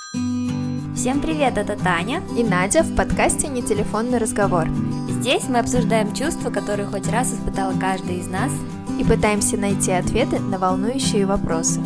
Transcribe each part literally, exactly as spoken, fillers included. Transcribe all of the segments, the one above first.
Всем привет, это Таня и Надя в подкасте «Не телефонный разговор». Здесь мы обсуждаем чувства, которые хоть раз испытала каждый из нас, и пытаемся найти ответы на волнующие вопросы.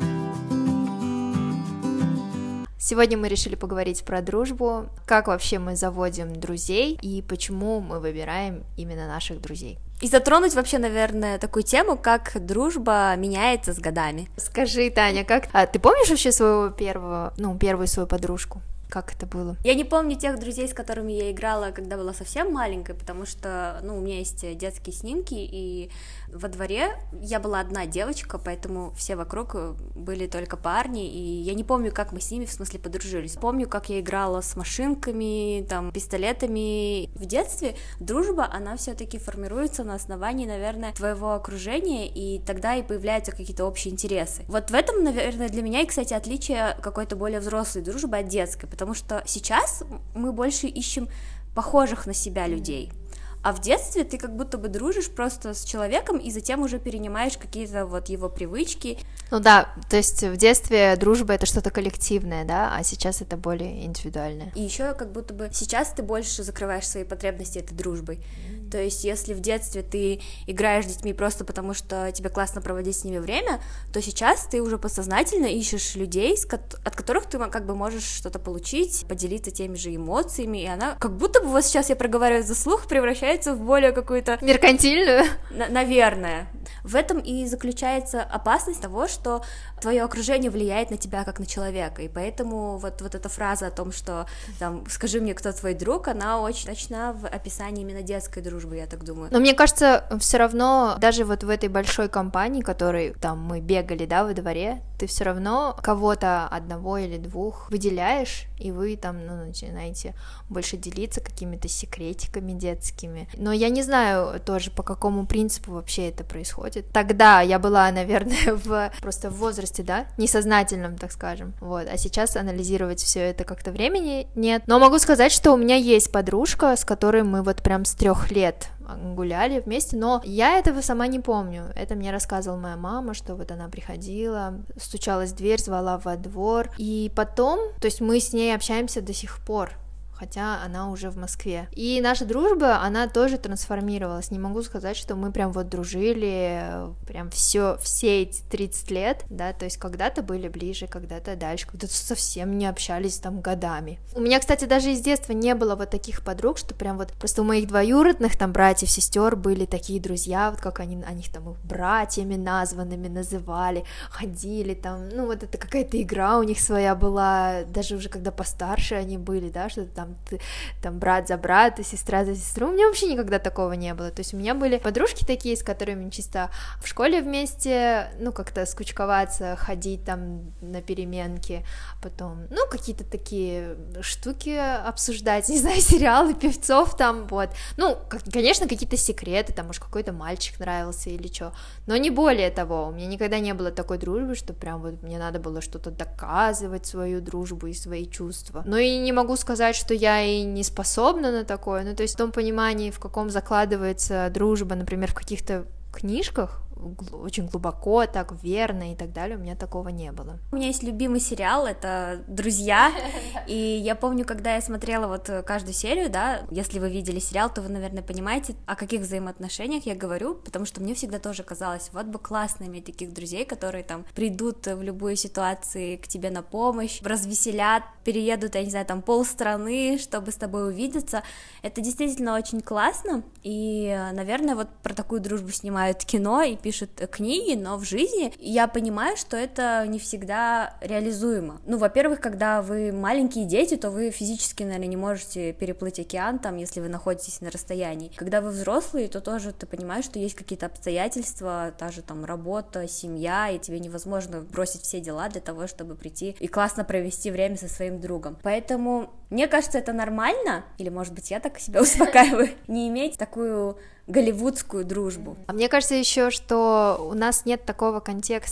Сегодня мы решили поговорить про дружбу, как вообще мы заводим друзей и почему мы выбираем именно наших друзей. И затронуть вообще, наверное, такую тему, как дружба меняется с годами. Скажи, Таня, как... А ты помнишь вообще своего первого, ну, первую свою подружку? Как это было? Я не помню тех друзей, с которыми я играла, когда была совсем маленькой, потому что, ну, у меня есть детские снимки, и во дворе я была одна девочка, поэтому все вокруг были только парни, и я не помню, как мы с ними, в смысле, подружились. Помню, как я играла с машинками, там, пистолетами. В детстве дружба, она все-таки формируется на основании, наверное, твоего окружения, и тогда и появляются какие-то общие интересы. Вот в этом, наверное, для меня и, кстати, отличие какой-то более взрослой дружбы от детской, потому что сейчас мы больше ищем похожих на себя людей, а в детстве ты как будто бы дружишь просто с человеком и затем уже перенимаешь какие-то вот его привычки. Ну да, то есть в детстве дружба — это что-то коллективное, да, а сейчас это более индивидуальное. И еще как будто бы сейчас ты больше закрываешь свои потребности этой дружбой. Mm-hmm. То есть если в детстве ты играешь с детьми просто потому, что тебе классно проводить с ними время, то сейчас ты уже подсознательно ищешь людей, от которых ты как бы можешь что-то получить, поделиться теми же эмоциями, и она как будто бы, вот сейчас я проговариваю за слух, превращается в более какую-то... меркантильную? На- наверное. В этом и заключается опасность того, что твое окружение влияет на тебя как на человека, и поэтому вот, вот эта фраза о том, что там, скажи мне, кто твой друг, она очень точна в описании именно детской дружбы, я так думаю. Но мне кажется, все равно, даже вот в этой большой компании, которой там мы бегали, да, во дворе, ты все равно кого-то одного или двух выделяешь, и вы там, ну, начинаете больше делиться какими-то секретиками детскими. Но я не знаю тоже, по какому принципу вообще это происходит. Тогда я была, наверное, в просто в возрасте, да, несознательном, так скажем, вот, а сейчас анализировать все это как-то времени нет. Но могу сказать, что у меня есть подружка, с которой мы вот прям с трех лет гуляли вместе, но я этого сама не помню. Это мне рассказывала моя мама, что вот она приходила, стучалась в дверь, звала во двор, и потом, то есть мы с ней общаемся до сих пор, хотя она уже в Москве. И наша дружба, она тоже трансформировалась. Не могу сказать, что мы прям вот дружили прям все, все эти тридцать лет, да, то есть когда-то были ближе, когда-то дальше, когда-то совсем не общались там годами. У меня, кстати, даже из детства не было вот таких подруг, что прям вот просто у моих двоюродных там братьев, сестер были такие друзья, вот как они, они там их братьями названными называли, ходили там, ну вот это какая-то игра у них своя была, даже уже когда постарше они были, да, что-то там Ты, там брат за брата, сестра за сестру. У меня вообще никогда такого не было. То есть у меня были подружки такие, с которыми чисто в школе вместе, ну, как-то скучковаться, ходить там на переменки, потом, ну, какие-то такие штуки обсуждать, не знаю, сериалы, певцов там, вот. Ну, как, конечно, какие-то секреты, там, может, какой-то мальчик нравился или что, но не более того. У меня никогда не было такой дружбы, что прям вот мне надо было что-то доказывать, свою дружбу и свои чувства. Но и не могу сказать, что я и не способна на такое, ну, то есть в том понимании, в каком закладывается дружба, например, в каких-то книжках, очень глубоко, так верно и так далее, у меня такого не было. У меня есть любимый сериал, это «Друзья», и я помню, когда я смотрела вот каждую серию, да, если вы видели сериал, то вы, наверное, понимаете, о каких взаимоотношениях я говорю, потому что мне всегда тоже казалось, вот бы классно иметь таких друзей, которые там придут в любую ситуацию к тебе на помощь, развеселят, переедут, я не знаю, там полстраны, чтобы с тобой увидеться. Это действительно очень классно, и, наверное, вот про такую дружбу снимают кино и пишут книги, но в жизни я понимаю, что это не всегда реализуемо. Ну, во-первых, когда вы маленькие дети, то вы физически, наверное, не можете переплыть океан, там, если вы находитесь на расстоянии. Когда вы взрослые, то тоже ты понимаешь, что есть какие-то обстоятельства, та же там работа, семья, и тебе невозможно бросить все дела для того, чтобы прийти и классно провести время со своим другом. Поэтому мне кажется, это нормально, или, может быть, я так себя успокаиваю, не иметь такую голливудскую дружбу. А мне кажется еще, что у нас нет такого контекста.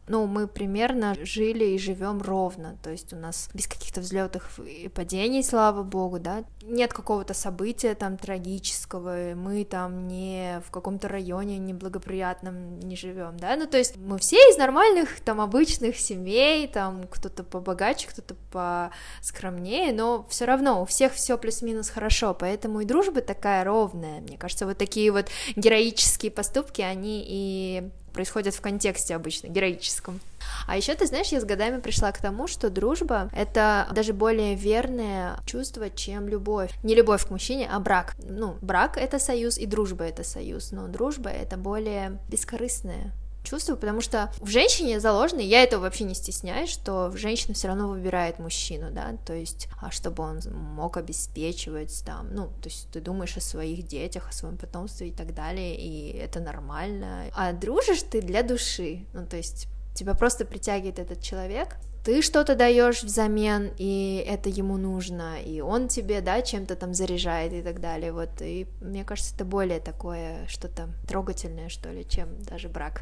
ну, мы примерно жили и живем ровно, то есть у нас без каких-то взлетов и падений, слава богу, да, нет какого-то события там трагического, мы там не в каком-то районе неблагоприятном не живем, да, ну, то есть мы все из нормальных, там, обычных семей, там, кто-то побогаче, кто-то поскромнее, но все равно у всех все плюс-минус хорошо, поэтому и дружба такая ровная, мне кажется, вот такие вот героические поступки, они и происходят в контексте обычно героическом. А еще, ты знаешь, я с годами пришла к тому, что дружба — это даже более верное чувство, чем любовь. Не любовь к мужчине, а брак. Ну, брак — это союз, и дружба — это союз, но дружба — это более бескорыстное чувство, потому что в женщине заложено, я этого вообще не стесняюсь, что женщина все равно выбирает мужчину, да, то есть, а чтобы он мог обеспечивать там, ну, то есть ты думаешь о своих детях, о своем потомстве и так далее, и это нормально, а дружишь ты для души, ну, то есть тебя просто притягивает этот человек, ты что-то даешь взамен, и это ему нужно, и он тебе, да, чем-то там заряжает и так далее, вот, и мне кажется, это более такое что-то трогательное, что ли, чем даже брак.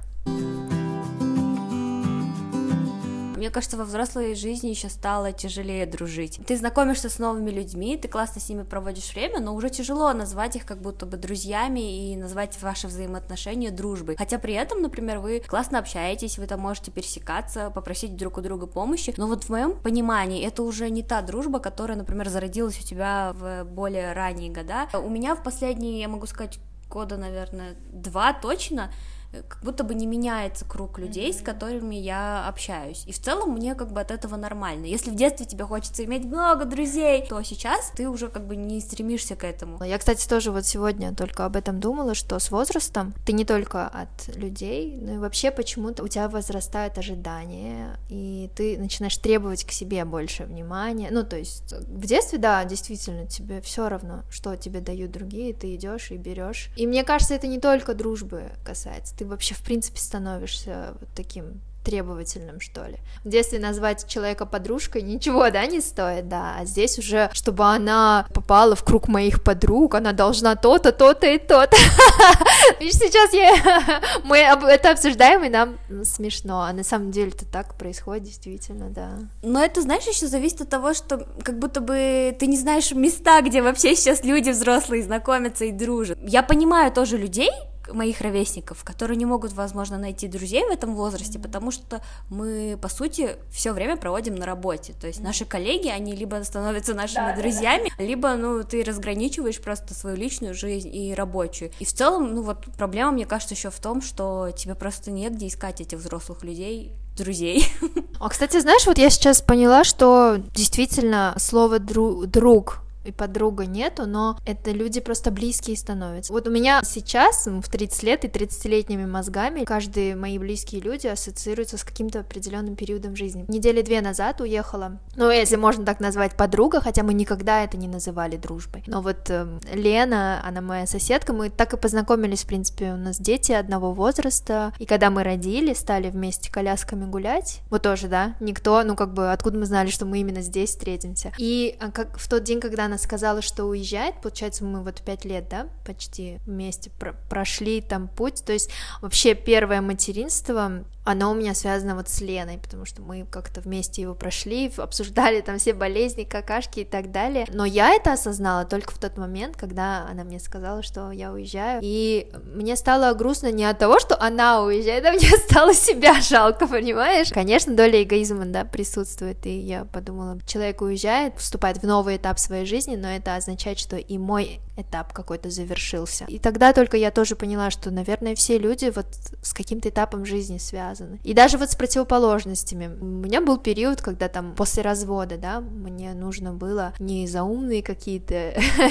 Мне кажется, во взрослой жизни еще стало тяжелее дружить. Ты знакомишься с новыми людьми, ты классно с ними проводишь время, но уже тяжело назвать их как будто бы друзьями и назвать ваши взаимоотношения дружбой. Хотя при этом, например, вы классно общаетесь, вы там можете пересекаться, попросить друг у друга помощи, но вот в моем понимании это уже не та дружба, которая, например, зародилась у тебя в более ранние года. У меня в последние, я могу сказать, года, наверное, два точно, как будто бы не меняется круг людей, mm-hmm. с которыми я общаюсь. И в целом мне как бы от этого нормально. Если в детстве тебе хочется иметь много друзей, то сейчас ты уже как бы не стремишься к этому. Я, кстати, тоже вот сегодня только об этом думала, что с возрастом ты не только от людей, но и вообще почему-то у тебя возрастают ожидания, и ты начинаешь требовать к себе больше внимания. Ну, то есть в детстве, да, действительно, тебе все равно, что тебе дают другие, ты идешь и берешь. И мне кажется, это не только дружбы касается. Ты вообще, в принципе, становишься вот таким требовательным, что ли. В детстве назвать человека подружкой ничего, да, не стоит, да, а здесь уже, чтобы она попала в круг моих подруг, она должна то-то, то-то и то-то. Видишь, сейчас я... мы это обсуждаем, и нам смешно, а на самом деле это так происходит, действительно, да. Но это, знаешь, еще зависит от того, что как будто бы ты не знаешь места, где вообще сейчас люди взрослые знакомятся и дружат. Я понимаю тоже людей, моих ровесников, которые не могут, возможно, найти друзей в этом возрасте, потому что мы, по сути, все время проводим на работе, то есть наши коллеги, они либо становятся нашими да, друзьями, да. либо, ну, ты разграничиваешь просто свою личную жизнь и рабочую, и в целом, ну, вот проблема, мне кажется, еще в том, что тебе просто негде искать этих взрослых людей, друзей. А, кстати, знаешь, вот я сейчас поняла, что действительно слово дру- «друг» и подруга нету, но это люди просто близкие становятся. Вот у меня сейчас, в тридцать лет и тридцатилетними мозгами, каждые мои близкие люди ассоциируются с каким-то определенным периодом жизни. Недели две назад уехала, ну, если можно так назвать, подруга, хотя мы никогда это не называли дружбой. Но вот э, Лена, она моя соседка, мы так и познакомились, в принципе, у нас дети одного возраста, и когда мы родили, стали вместе колясками гулять, вот тоже, да, никто, ну, как бы, откуда мы знали, что мы именно здесь встретимся. И как в тот день, когда она сказала, что уезжает, получается, мы вот пять лет, да, почти вместе про- прошли там путь, то есть вообще первое материнство, оно у меня связано вот с Леной, потому что мы как-то вместе его прошли, обсуждали там все болезни, какашки и так далее, но я это осознала только в тот момент, когда она мне сказала, что я уезжаю, и мне стало грустно не от того, что она уезжает, а мне стало себя жалко, понимаешь? Конечно, доля эгоизма, да, присутствует, и я подумала, человек уезжает, вступает в новый этап своей жизни, но это означает, что и мой этап какой-то завершился. И тогда только я тоже поняла, что, наверное, все люди вот с каким-то этапом жизни связаны. И даже вот с противоположностями. У меня был период, когда там после развода, да, мне нужно было не заумные какие-то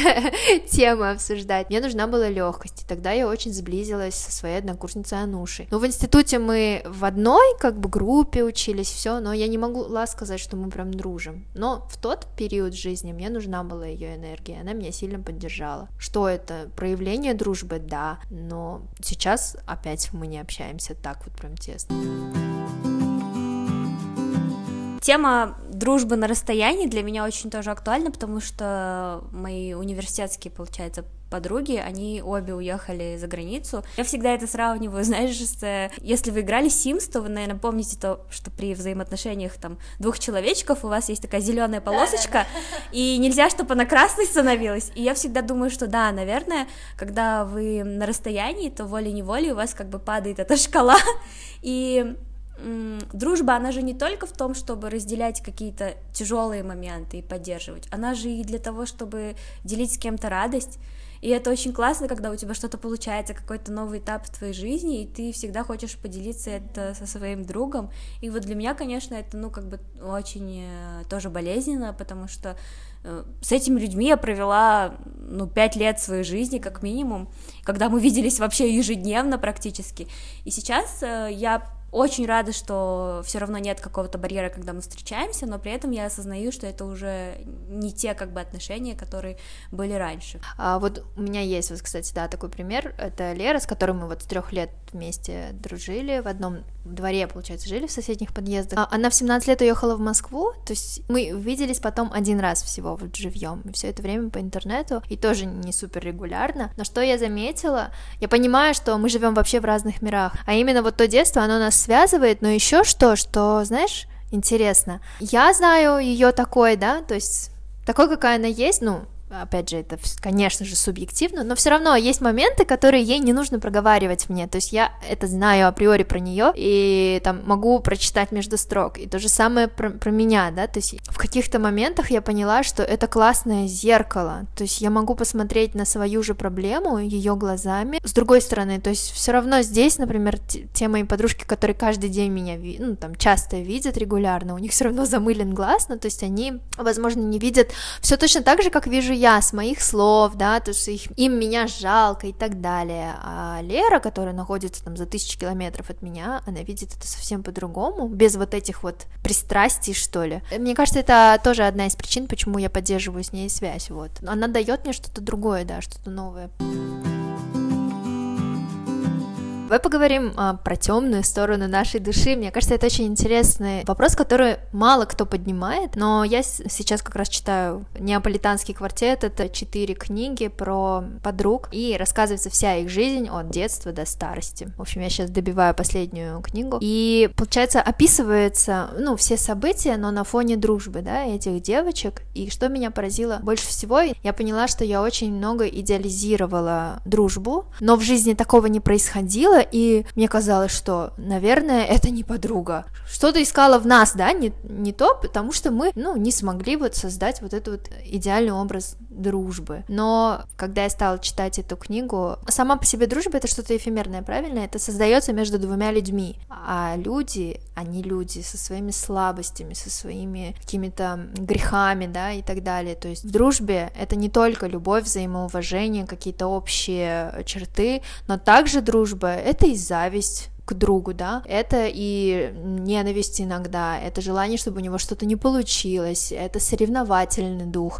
темы обсуждать, мне нужна была легкость. И тогда я очень сблизилась со своей однокурсницей Анушей. Но в институте мы в одной как бы группе учились, все, но я не могла сказать, что мы прям дружим. Но в тот период жизни мне нужна была ее энергия, она меня сильно поддержала. Что это? Проявление дружбы? Да, но сейчас опять мы не общаемся так вот прям тесно. Тема дружбы на расстоянии для меня очень тоже актуальна, потому что мои университетские, получается, подруги, они обе уехали за границу. Я всегда это сравниваю, знаешь, с... Если вы играли Sims, то вы, наверное, помните то, что при взаимоотношениях там двух человечков у вас есть такая зеленая полосочка, и нельзя, чтобы она красной становилась. И я всегда думаю, что да, наверное, когда вы на расстоянии, то волей-неволей у вас как бы падает эта шкала, и... Дружба, она же не только в том, чтобы разделять какие-то тяжелые моменты и поддерживать, она же и для того, чтобы делить с кем-то радость, и это очень классно, когда у тебя что-то получается, какой-то новый этап в твоей жизни, и ты всегда хочешь поделиться это со своим другом, и вот для меня, конечно, это, ну, как бы очень тоже болезненно, потому что с этими людьми я провела, ну, пять лет своей жизни, как минимум, когда мы виделись вообще ежедневно практически, и сейчас я очень рада, что все равно нет какого-то барьера, когда мы встречаемся, но при этом я осознаю, что это уже не те как бы отношения, которые были раньше. А вот у меня есть, вот, кстати, да, такой пример. Это Лера, с которой мы вот с трех лет вместе дружили, в одном дворе, получается, жили в соседних подъездах. Она в семнадцать лет уехала в Москву, то есть мы виделись потом один раз всего вот живьем, и все это время по интернету, и тоже не супер регулярно. Но что я заметила, я понимаю, что мы живем вообще в разных мирах, а именно вот то детство, оно нас связывает, но еще что, что, знаешь, интересно, я знаю ее такой, да, то есть такой, какая она есть, ну, опять же, это, конечно же, субъективно, но все равно есть моменты, которые ей не нужно проговаривать мне, то есть я это знаю априори про нее и там могу прочитать между строк, и то же самое про, про меня, да, то есть в каких-то моментах я поняла, что это классное зеркало, то есть я могу посмотреть на свою же проблему ее глазами, с другой стороны, то есть все равно здесь, например, те, те мои подружки, которые каждый день меня, ну, там, часто видят регулярно, у них все равно замылен глаз, ну, то есть они, возможно, не видят все точно так же, как вижу я, с моих слов, да, то есть их, им меня жалко и так далее, а Лера, которая находится там за тысячи километров от меня, она видит это совсем по-другому, без вот этих вот пристрастий, что ли. Мне кажется, это тоже одна из причин, почему я поддерживаю с ней связь, вот. Она дает мне что-то другое, да, что-то новое. Давай поговорим а, про темную сторону нашей души. Мне кажется, это очень интересный вопрос, который мало кто поднимает, но я с- сейчас как раз читаю «Неаполитанский квартет», это четыре книги про подруг, и рассказывается вся их жизнь от детства до старости. В общем, я сейчас добиваю последнюю книгу, и, получается, описывается, ну, все события, но на фоне дружбы, да, этих девочек, и что меня поразило больше всего, я поняла, что я очень много идеализировала дружбу, но в жизни такого не происходило, и мне казалось, что, наверное, это не подруга. Что-то искала в нас, да, не, не то, потому что мы, ну, не смогли вот создать вот этот вот идеальный образ дружбы. Но когда я стала читать эту книгу, сама по себе дружба — это что-то эфемерное, правильно? Это создается между двумя людьми, а люди, они люди со своими слабостями, со своими какими-то грехами, да, и так далее. То есть в дружбе это не только любовь, взаимоуважение, какие-то общие черты, но также дружба — это и зависть к другу, да, это и ненависть иногда, это желание, чтобы у него что-то не получилось, это соревновательный дух,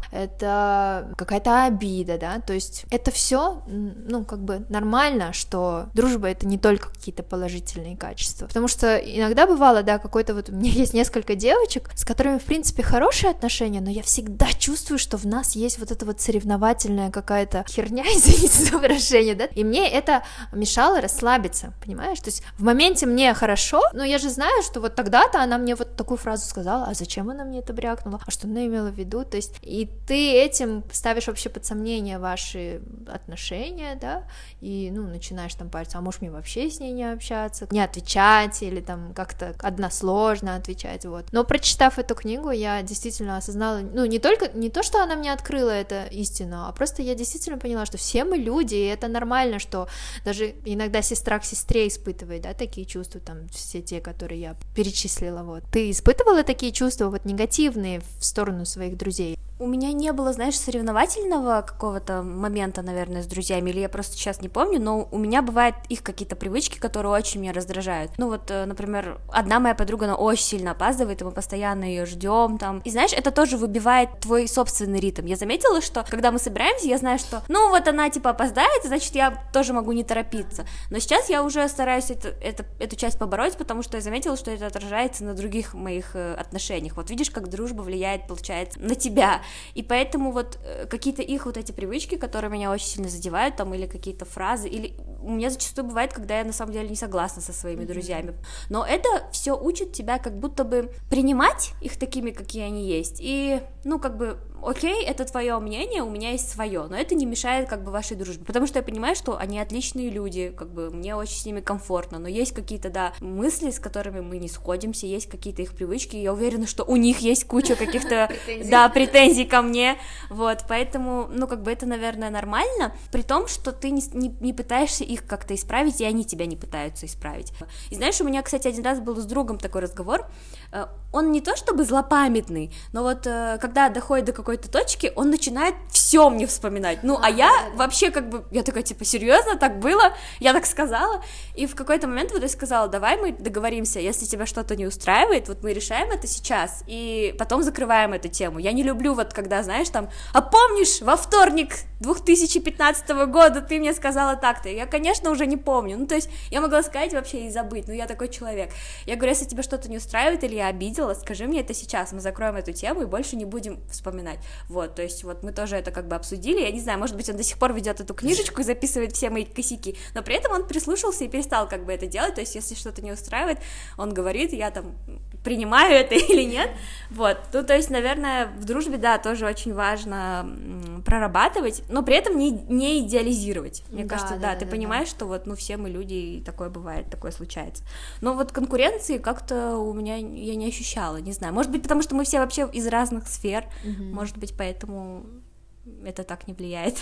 это какая-то обида, да, то есть это все, ну, как бы нормально, что дружба — это не только какие-то положительные качества, потому что иногда бывало, да, какой-то вот, у меня есть несколько девочек, с которыми, в принципе, хорошие отношения, но я всегда чувствую, что в нас есть вот эта вот соревновательная какая-то херня, извините за выражение, да, и мне это мешало расслабиться, понимаешь, то есть в моменте мне хорошо, но я же знаю, что вот тогда-то она мне вот такую фразу сказала, а зачем она мне это брякнула, а что она имела в виду, то есть и ты этим ставишь вообще под сомнение ваши отношения, да, и, ну, начинаешь там париться, а может мне вообще с ней не общаться, не отвечать или там как-то односложно отвечать, вот. Но прочитав эту книгу, я действительно осознала, ну, не только, не то, что она мне открыла эту истину, а просто я действительно поняла, что все мы люди, и это нормально, что даже иногда сестра к сестре испытывает, да, такие чувства, там, все те, которые я перечислила, вот. Ты испытывала такие чувства, вот, негативные в сторону своих друзей? У меня не было, знаешь, соревновательного какого-то момента, наверное, с друзьями, или я просто сейчас не помню, но у меня бывают их какие-то привычки, которые очень меня раздражают. Ну вот, например, одна моя подруга, она очень сильно опаздывает, и мы постоянно ее ждем там. И знаешь, это тоже выбивает твой собственный ритм. Я заметила, что когда мы собираемся, я знаю, что, ну вот она типа опоздает, значит, я тоже могу не торопиться. Но сейчас я уже стараюсь это, это, эту часть побороть, потому что я заметила, что это отражается на других моих отношениях. Вот видишь, как дружба влияет, получается, на тебя. и поэтому вот какие-то их вот эти привычки, которые меня очень сильно задевают, там, или какие-то фразы, или у меня зачастую бывает, когда я на самом деле не согласна со своими mm-hmm. друзьями, но это все учит тебя как будто бы принимать их такими, какие они есть, и, ну, как бы, окей, это твое мнение, у меня есть свое, но это не мешает как бы вашей дружбе, потому что я понимаю, что они отличные люди, как бы мне очень с ними комфортно, но есть какие-то, да, мысли, с которыми мы не сходимся, есть какие-то их привычки, и я уверена, что у них есть куча каких-то, да, претензий ко мне, вот, поэтому, ну, как бы это, наверное, нормально, при том, что ты не, не, не пытаешься их как-то исправить, и они тебя не пытаются исправить. И знаешь, у меня, кстати, один раз был с другом такой разговор, он не то чтобы злопамятный, но вот когда доходит до какой-то точки, он начинает все мне вспоминать, ну, а, а я да, да. вообще как бы, я такая, типа, серьезно, так было? Я так сказала, и в какой-то момент вот я сказала, давай мы договоримся, если тебя что-то не устраивает, вот мы решаем это сейчас, и потом закрываем эту тему. Я не люблю вот, когда, знаешь, там, а помнишь, во вторник две тысячи пятнадцатого года ты мне сказала так-то, я, конечно, уже не помню, ну, то есть я могла сказать вообще и забыть, но я такой человек. Я говорю, если тебя что-то не устраивает или я обидела, скажи мне это сейчас, мы закроем эту тему и больше не будем вспоминать. Вот, то есть вот мы тоже это как бы обсудили, я не знаю, может быть, он до сих пор ведет эту книжечку и записывает все мои косяки, но при этом он прислушался и перестал как бы это делать, то есть если что-то не устраивает, он говорит, я там принимаю это или нет, вот, ну, то есть, наверное, в дружбе, да, тоже очень важно прорабатывать, но при этом не, не идеализировать, мне да, кажется, да, да ты да, понимаешь, да. что вот, ну, все мы люди, и такое бывает, такое случается, но вот конкуренции как-то у меня, я не ощущала, не знаю, может быть, потому что мы все вообще из разных сфер, угу. может быть, поэтому это так не влияет.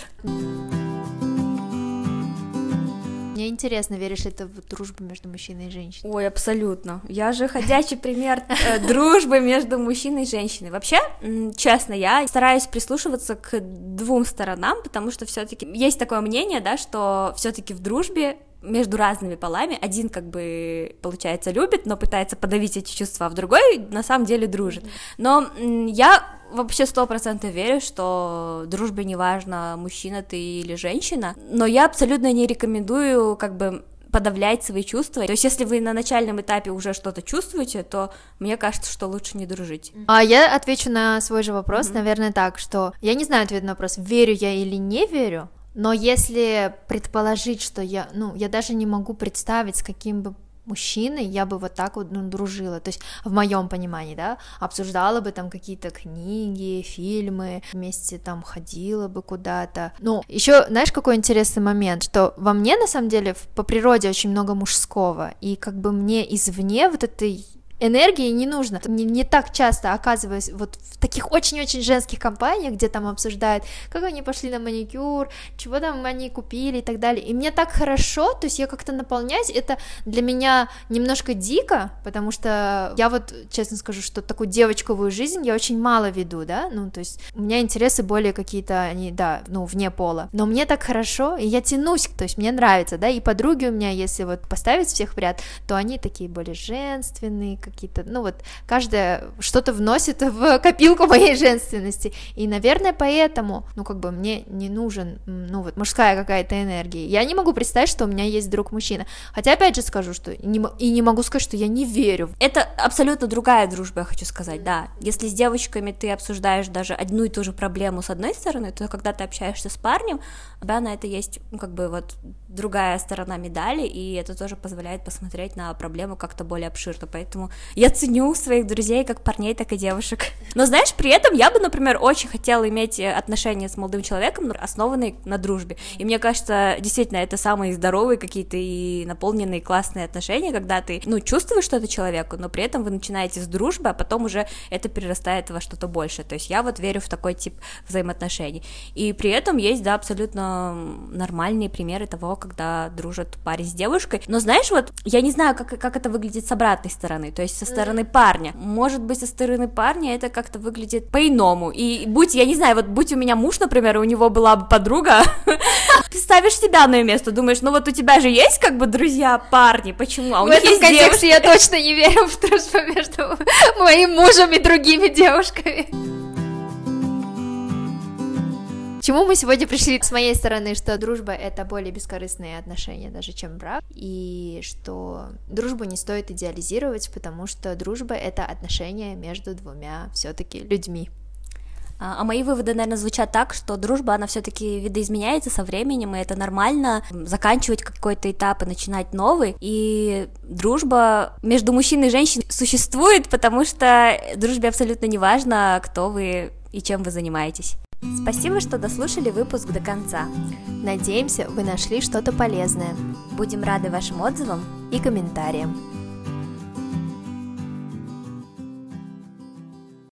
Мне интересно, веришь ли ты в дружбу между мужчиной и женщиной? Ой, абсолютно. Я же ходячий пример э, дружбы между мужчиной и женщиной. Вообще, м, честно, я стараюсь прислушиваться к двум сторонам, потому что все-таки есть такое мнение, да, что все-таки в дружбе между разными полами один как бы, получается, любит, но пытается подавить эти чувства, а в другой на самом деле дружит. Но м, я вообще сто процентов верю, что дружбе не важно, мужчина ты или женщина, но я абсолютно не рекомендую как бы подавлять свои чувства. То есть, если вы на начальном этапе уже что-то чувствуете, то мне кажется, что лучше не дружить. А я отвечу на свой же вопрос, mm-hmm. наверное, так, что я не знаю ответ на вопрос, верю я или не верю, но если предположить, что я, ну, я даже не могу представить, с каким бы мужчиной я бы вот так вот, ну, дружила, то есть в моем понимании, да, обсуждала бы там какие-то книги, фильмы, вместе там ходила бы куда-то. Ну, еще знаешь, какой интересный момент, что во мне, на самом деле, по природе очень много мужского, и как бы мне извне вот этой энергии не нужно. Не, не так часто оказываюсь вот в таких очень-очень женских компаниях, где там обсуждают, как они пошли на маникюр, чего там они купили и так далее. И мне так хорошо, то есть я как-то наполняюсь. Это для меня немножко дико, потому что я вот, честно скажу, что такую девочковую жизнь я очень мало веду, да, ну, то есть у меня интересы более какие-то, они, да, ну, вне пола. Но мне так хорошо, и я тянусь, то есть мне нравится, да, и подруги у меня, если вот поставить всех в ряд, то они такие более женственные, какие-то, ну вот, каждая что-то вносит в копилку моей женственности, и, наверное, поэтому, ну, как бы мне не нужен, ну, вот, мужская какая-то энергия, я не могу представить, что у меня есть друг-мужчина, хотя, опять же, скажу, что, не, и не могу сказать, что я не верю. Это абсолютно другая дружба, я хочу сказать, да, если с девочками ты обсуждаешь даже одну и ту же проблему с одной стороны, то когда ты общаешься с парнем, да, на это есть, ну, как бы, вот, другая сторона медали, и это тоже позволяет посмотреть на проблему как-то более обширно, поэтому я ценю своих друзей, как парней, так и девушек. Но знаешь, при этом я бы, например, очень хотела иметь отношения с молодым человеком, основанные на дружбе, и мне кажется, действительно, это самые здоровые какие-то и наполненные классные отношения, когда ты, ну, чувствуешь что-то человеку, но при этом вы начинаете с дружбы, а потом уже это перерастает во что-то большее, то есть я вот верю в такой тип взаимоотношений, и при этом есть, да, абсолютно нормальные примеры того, когда дружат парень с девушкой, но знаешь, вот, я не знаю, как, как это выглядит с обратной стороны, то есть со стороны mm-hmm. парня, может быть, со стороны парня это как-то выглядит по-иному, и будь, я не знаю, вот будь у меня муж, например, и у него была бы подруга, ты ставишь себя на ее место, думаешь, ну вот у тебя же есть как бы друзья парни, почему, а у них есть девушки. В этом контексте я точно не верю в дружбу между моим мужем и другими девушками. К чему мы сегодня пришли с моей стороны, что дружба — это более бескорыстные отношения даже, чем брак, и что дружбу не стоит идеализировать, потому что дружба — это отношения между двумя все-таки людьми. А мои выводы, наверное, звучат так, что дружба, она все-таки видоизменяется со временем, и это нормально заканчивать какой-то этап и начинать новый. И дружба между мужчиной и женщиной существует, потому что дружбе абсолютно не важно, кто вы и чем вы занимаетесь. Спасибо, что дослушали выпуск до конца. Надеемся, вы нашли что-то полезное. Будем рады вашим отзывам и комментариям.